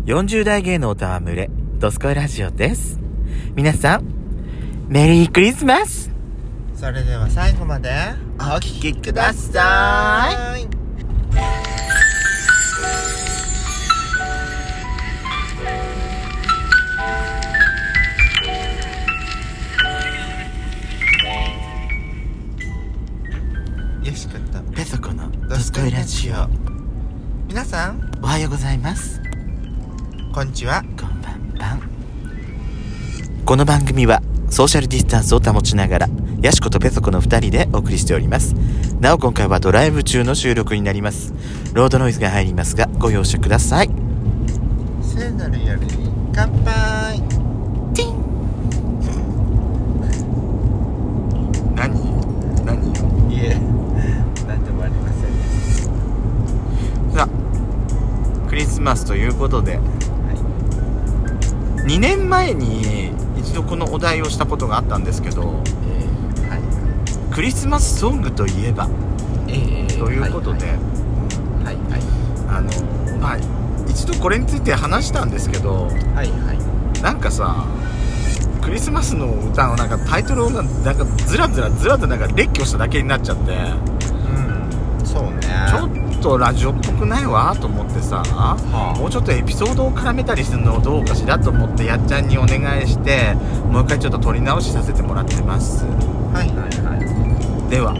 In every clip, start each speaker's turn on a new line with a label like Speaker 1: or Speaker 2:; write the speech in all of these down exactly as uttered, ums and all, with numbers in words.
Speaker 1: よんじゅう代芸能たわむれドスコイラジオです。皆さんメリークリスマス。
Speaker 2: それでは最後までお聞きください。よしこと
Speaker 1: ペソコの
Speaker 2: ドスコイラジオ。皆さん
Speaker 1: おはようございます。
Speaker 2: こんにちは、
Speaker 1: こんばんばん。この番組はソーシャルディスタンスを保ちながらヤシコとペソコのふたりでお送りしております。なお今回はドライブ中の収録になります。ロードノイズが入りますがご容赦ください。
Speaker 2: 聖なる夜に乾杯。
Speaker 1: ティン。
Speaker 2: 何何よ。いえ、何でもありませんです。
Speaker 1: さあクリスマスということで、はい、にねんまえに一度このお題をしたことがあったんですけど、えーはい、クリスマスソングといえば、えー、ということで、はいはいはい、あのまあ一度これについて話したんですけど、はいはい、なんかさクリスマスの歌のなんかタイトルをなんかずらずらずらずらなんか列挙しただけになっちゃって、うん、そうね、ちょっとラジオっぽくないわと思ってさ、はあ、もうちょっとエピソードを絡めたりするのどうかしらと思ってやっちゃんにお願いしてもう一回ちょっと撮り直しさせてもらってます。はいはいはい。では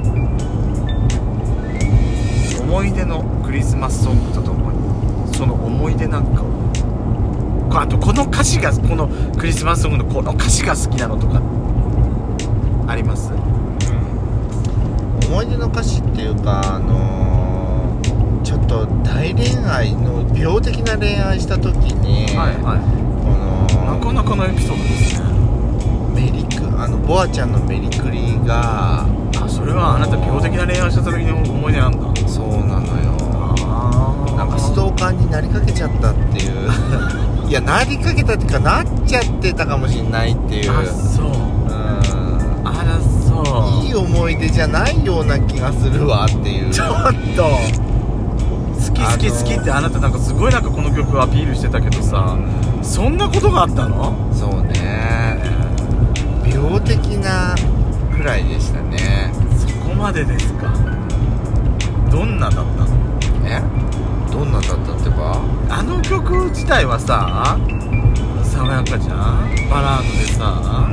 Speaker 1: 思い出のクリスマスソングとともにその思い出なんかを、あとこの歌詞がこのクリスマスソングのこの歌詞が好きなのとかあります？うん、
Speaker 2: 思い出の歌詞っていうか、あのー、ちょっと大恋愛の病的な恋愛した時に、はいはい、この
Speaker 1: なかなかのエピソードですね。
Speaker 2: メリクあのボアちゃんのメリクリが、
Speaker 1: あ、それはあなた病的な恋愛した時の思い出なんだ。
Speaker 2: そうなのよ。なんかストーカーになりかけちゃったっていういや、なりかけたっていうかなっちゃってたかもしれないっていう。
Speaker 1: あ、そう、うん、あらそう、
Speaker 2: いい思い出じゃないような気がするわっていう。
Speaker 1: ちょっと好き好き好きってあなたなんかすごいなんかこの曲アピールしてたけどさ、うん、そんなことがあったの？
Speaker 2: そうね、病的なくらいでしたね。
Speaker 1: そこまでですか。どんなだったの？
Speaker 2: え？どんなだったってば？
Speaker 1: あの曲自体はさ爽やかじゃん、バラードでさ、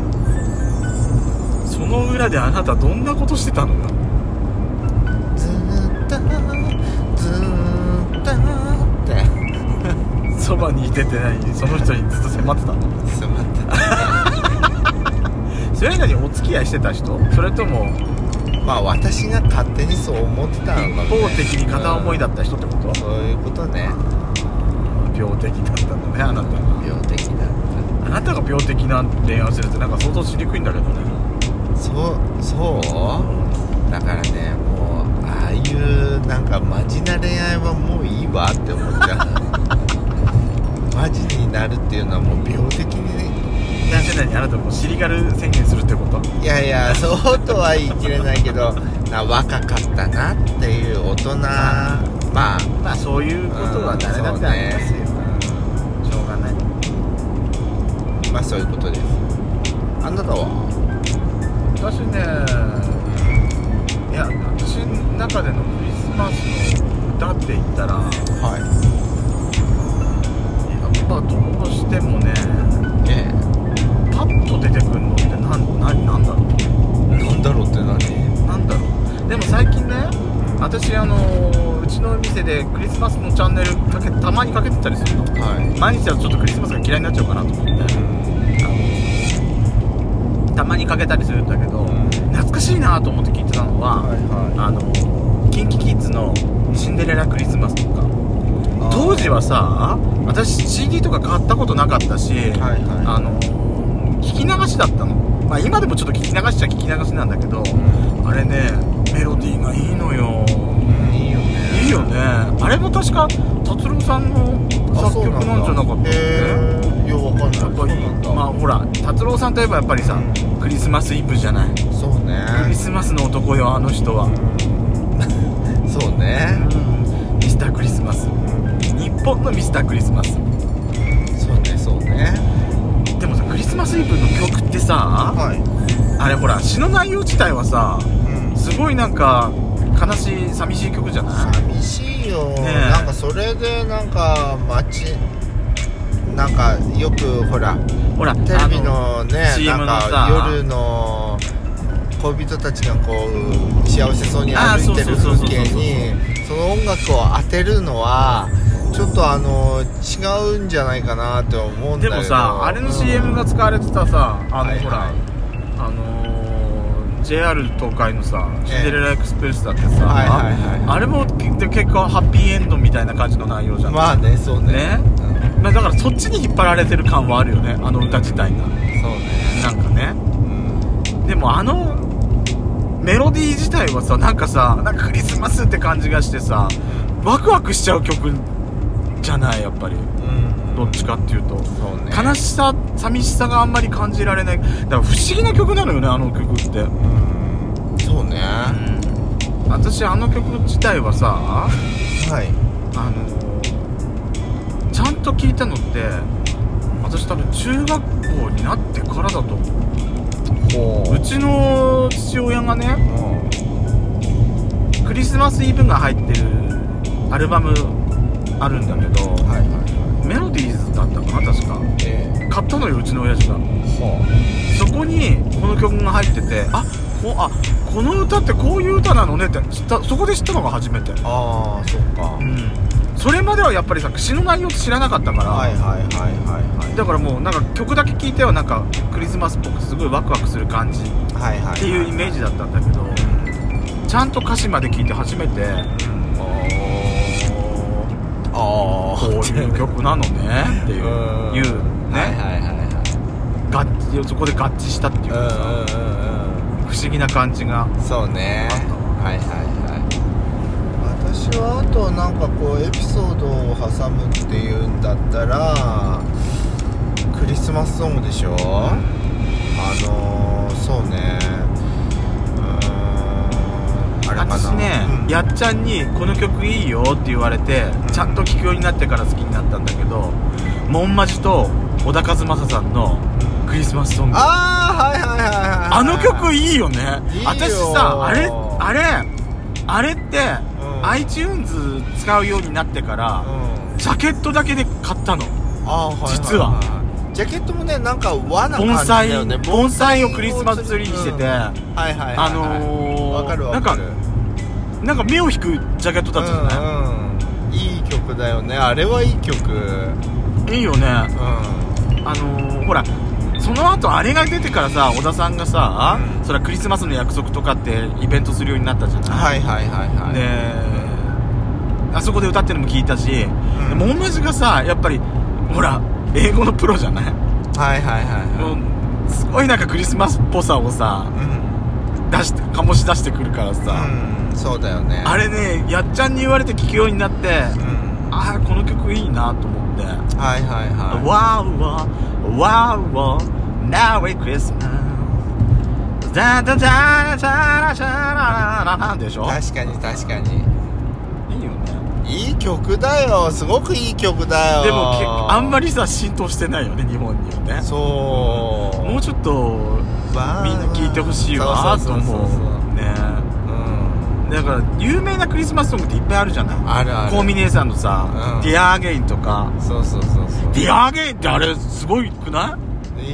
Speaker 1: うん、その裏であなたどんなことしてたのよ。
Speaker 2: ずーっとずーっとって
Speaker 1: そばにいてて何その人にずっと迫ってたの？
Speaker 2: 迫ってた
Speaker 1: それなりにお付き合いしてた人？それとも
Speaker 2: まあ私が勝手にそう思ってたのかもね。
Speaker 1: 一方的に片思いだった人ってこと？
Speaker 2: うん、そういうことね。
Speaker 1: 病的だったのね、あなたが。
Speaker 2: 病的だった。
Speaker 1: あなたが病的な恋愛するってなんか想像しにくいんだけどね。
Speaker 2: そうそうだからね、もうああいうなんかマジな恋愛はもういいわって思っちゃうマジになるっていうのはもう病的にね。
Speaker 1: なんで何あなたも尻軽宣言するってこと？
Speaker 2: いやいや、そうとは言い切れないけどな、若かったなっていう大人、まあ
Speaker 1: まあそういうことは誰だってありますよ、うん、しょうがない。
Speaker 2: まあそういうことです。あなたは？
Speaker 1: 私ね、いや私の中でのクリスマスの歌って言ったら、はい、やっぱどうしてもね、ええ、パッと出てくるのって何何なんだろう。
Speaker 2: なんだろうって何？
Speaker 1: なんだろう。でも最近ね、私あのうちの店でクリスマスのチャンネルかけたまにかけてたりするの。はい、毎日だとちょっとクリスマスが嫌いになっちゃうかなと思って、うん、あのたまにかけたりするんだけど、うん、懐かしいなと思って聞いてたのは、はいはい、あのキンキキッズのシンデレラクリスマスとか。当時はさ、私 シーディー とか買ったことなかったし、はいはい、あの聞き流しだったの。まあ今でもちょっと聞き流しちゃ聞き流しなんだけど、うん、あれね、メロディーがいいのよ、うん、いいよね。いいよね。あれも確か達郎さんの作曲なんじゃなかったっけ？
Speaker 2: いや、わかんない。やっぱり
Speaker 1: まあほら達郎さんといえばやっぱりさ、うん、クリスマスイブじゃない。
Speaker 2: そうね。
Speaker 1: クリスマスの男よあの人は。
Speaker 2: そうね、
Speaker 1: うん、ミスタークリスマス。日本のミスタークリスマス。
Speaker 2: そうねそうね。
Speaker 1: でもさクリスマスイブの曲ってさ、
Speaker 2: はい、
Speaker 1: あれほら詩の内容自体はさ、うん、すごいなんか悲しい寂しい曲じゃない？
Speaker 2: 寂しいよ、ね、なんかそれでなんか街なんかよくほら
Speaker 1: ほら
Speaker 2: テレビのね
Speaker 1: シーエム の
Speaker 2: なんか夜の恋人たちがこう幸せそうに歩いてる風景にその音楽を当てるのはちょっとあの違うんじゃないかなって思うんだけど。
Speaker 1: でもさあれの シーエム が使われてたさ、うん、あの、はいはい、ほらあのー、ジェイアール 東海のさシンデレラエクスプレスだってさ、はいはいはい、あれも結構ハッピーエンドみたいな感じの内容じゃん。
Speaker 2: まあねそうね、ね、
Speaker 1: うん、だからそっちに引っ張られてる感はあるよねあの歌自体が。そう
Speaker 2: ね
Speaker 1: なんかね、うん、でもあのメロディー自体はさなんかさなんかクリスマスって感じがしてさ、うん、ワクワクしちゃう曲じゃないやっぱり、うん、どっちかっていうとそう、ね、悲しさ寂しさがあんまり感じられない。だから不思議な曲なのよねあの曲って、
Speaker 2: うん、そうね、
Speaker 1: うん、私あの曲自体はさ、はい、あのちゃんと聴いたのって私多分中学校になってからだと思う。うちの父親がね、うん、クリスマスイブが入ってるアルバムあるんだけど、はいはいはい、メロディーズだったかな確か、えー、買ったのようちの親父が、はあ、そこにこの曲が入っててあこあこの歌ってこういう歌なのねって知ったそこで知ったのが初めて。
Speaker 2: ああそっか、
Speaker 1: うん、それまではやっぱりさ詩の内容って知らなかったから、はいはいはいはいはい、だからもうなんか曲だけ聴いてはなんかクリスマスっぽくすごいワクワクする感じっていうイメージだったんだけど、ちゃんと歌詞まで聴いて初めて、うん、ああこういう曲なのねっていういうね、はいはいはいはい、合そこで合致したっていうかさ、不思議な感じが
Speaker 2: そうねはいはいはい。私はあとなんかこうエピソードを挟むっていうんだったらクリスマスソングでしょ、うん、あのー、そうねうーんあれかな
Speaker 1: 私ね、うん、やっちゃんにこの曲いいよって言われて、うん、ちゃんと聴くようになってから好きになったんだけど、モンマジと小田和正さんのクリスマスソング、
Speaker 2: ああはいはいはいはい、
Speaker 1: あの曲いいよね。いいよ私さあれあれあれって、うん、iTunes 使うようになってから、うん、ジャケットだけで買ったの。あ、はいはいはい、実は
Speaker 2: ジャケットもねなんか和な感じだよね。
Speaker 1: 盆栽をクリスマスツリーにしてて、うん、はいはいはい、あのー、
Speaker 2: わかるわかる。
Speaker 1: なんか目を引くジャケットだったじゃない、
Speaker 2: うんうん、いい曲だよねあれはいい曲
Speaker 1: いいよね、うん、あのー、ほらその後あれが出てからさ小田さんがさ、うん、それはクリスマスの約束とかってイベントするようになったじゃない。はいはいはいはい。であそこで歌ってるのも聞いたし、うん、でも同じがさやっぱりほら英語のプロじゃない。はいはいはい、はい、もうすごいなんかクリスマスっぽさをさ、うん、出して醸し出してくるからさ、
Speaker 2: うん、そうだよね。
Speaker 1: あれねやっちゃんに言われて聴くようになって、うん、ああこの曲いいなと思って、はいはいはい、わーわーわーわーNow it's Christmas ダダダダダダダでしょ。
Speaker 2: 確かに確かに
Speaker 1: いいよね。
Speaker 2: いい曲だよすごくいい曲だよ。
Speaker 1: でもあんまりさ浸透してないよね日本にはね。そう、うん、もうちょっとみんな聴いてほしいわと思うね。だから有名なクリスマスソングっていっぱいあるじゃない。あるある。コーミネーさんのさ、うん、ディアーゲインとか。そうそうそうそう。ディアーゲインってあれすごいくない？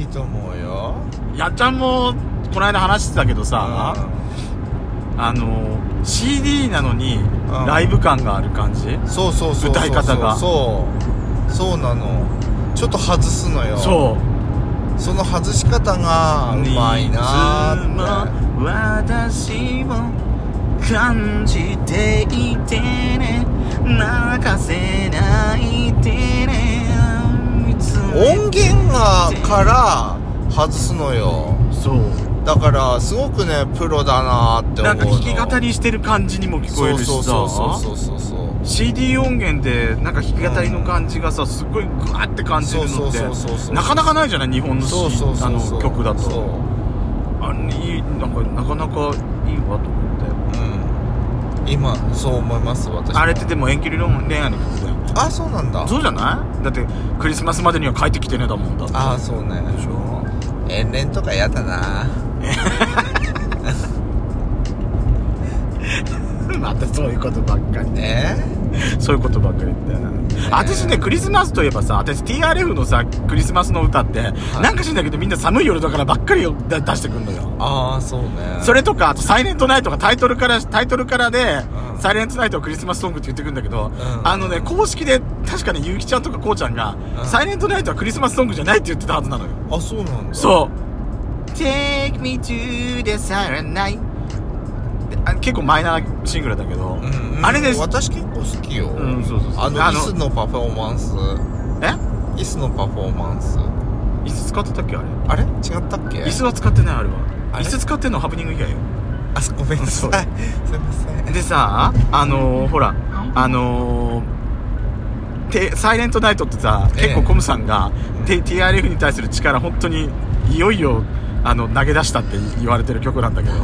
Speaker 2: いいと思うよ。
Speaker 1: やっちゃんもこの間話してたけどさ、うん、あの シーディー なのにライブ感がある感じ、うん、そうそうそうそう歌い方がそうそうなの。ちょっと外すのよ。そうその外し方がうまいなーって。 私を感じていてね泣かせないでね。
Speaker 2: 音源がから外すのよ。そうだからすごくねプロだなって思うの。なんか弾き語りしてる感じにも聞こえるしさ。そうそうそうそうそう。シーディー 音源でなんか弾き語りの感じがさ、うん、すごいグワって感じるのってなかなかないじゃない日本のそうそうそうそうあの曲だと。あれいいなんかなかなかいいわと思って。うん。 今そう思います私は。
Speaker 1: あれってでも遠距離恋愛の曲だよ。
Speaker 2: あ、そうなんだ。
Speaker 1: そうじゃない？だってクリスマスまでには帰ってきてねだもんだって。
Speaker 2: ああ、そうね。
Speaker 1: でしょ。
Speaker 2: 遠恋とかやだな。
Speaker 1: またそういうことばっかり
Speaker 2: ね。
Speaker 1: そういうことばっかり言って、ね、私ねクリスマスといえばさ、私 ティーアールエフ のさクリスマスの歌って、はい、なんか知んだけどみんな寒い夜だからばっかり出してくんのよ。
Speaker 2: ああ、そうね。
Speaker 1: それとかあとサイレントナイトがタイトルからタイトルからで、うん、サイレントナイトはクリスマスソングって言ってくるんだけど、うん、あのね公式で確かにゆうきちゃんとかこうちゃんが、うん、サイレントナイトはクリスマスソングじゃないって言ってたはずなのよ。
Speaker 2: あ、そうなんだ。
Speaker 1: そう Take me to the silent night、結構マイナーシングルだけど、うんうん、あれです。
Speaker 2: 私結構好きよ、
Speaker 1: うん、そうそうそう。
Speaker 2: あの、あの椅子のパフォーマンス。
Speaker 1: え
Speaker 2: 椅子のパフォーマンス。
Speaker 1: 椅子使ってたっけあれ。
Speaker 2: あれ違ったっけ。
Speaker 1: 椅子は使ってないあれは。あれ椅子使ってんのハプニング以外よ。
Speaker 2: あ、ごめんなさい。すいません。
Speaker 1: でさ、あのー、ほらあのー、サイレントナイトってさ、結構コムさんが、ええ、ティーアールエフ に対する力本当にいよいよあの投げ出したって言われてる曲なんだけど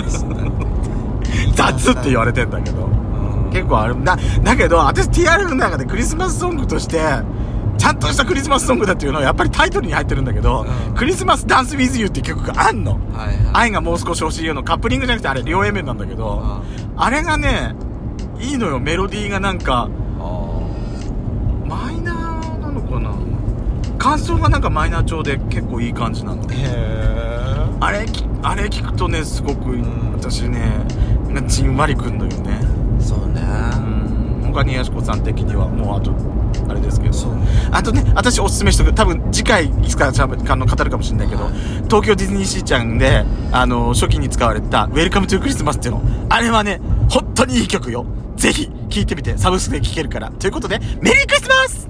Speaker 1: 雑って言われてんだけど、うん、結構あれだだけど私 ティーアールエフ の中でクリスマスソングとしてちゃんとしたクリスマスソングだっていうのはやっぱりタイトルに入ってるんだけど、うん、クリスマスダンス with you っていう曲があんの、はいはい、愛がもう少し欲しいよのカップリングじゃなくてあれ両 A 面なんだけど、あ, あれがねいいのよ。メロディーがなんかマイナーなのかな、感想がなんかマイナー調で結構いい感じなの。へー、あれあれ聞くとねすごく、うん、私ねじんわりくんのよね。
Speaker 2: そうね、
Speaker 1: うん、他にやしこさん的にはもうあとあれですけど、
Speaker 2: そう、ね、
Speaker 1: あとね私おすすめしとく、多分次回いつか語るかもしれないけど、はい、東京ディズニーシーちゃんであの初期に使われたウェルカムトゥークリスマスっていうの、あれはね本当にいい曲よ。ぜひ聴いてみて、サブスクで聴けるから。ということでメリークリスマス。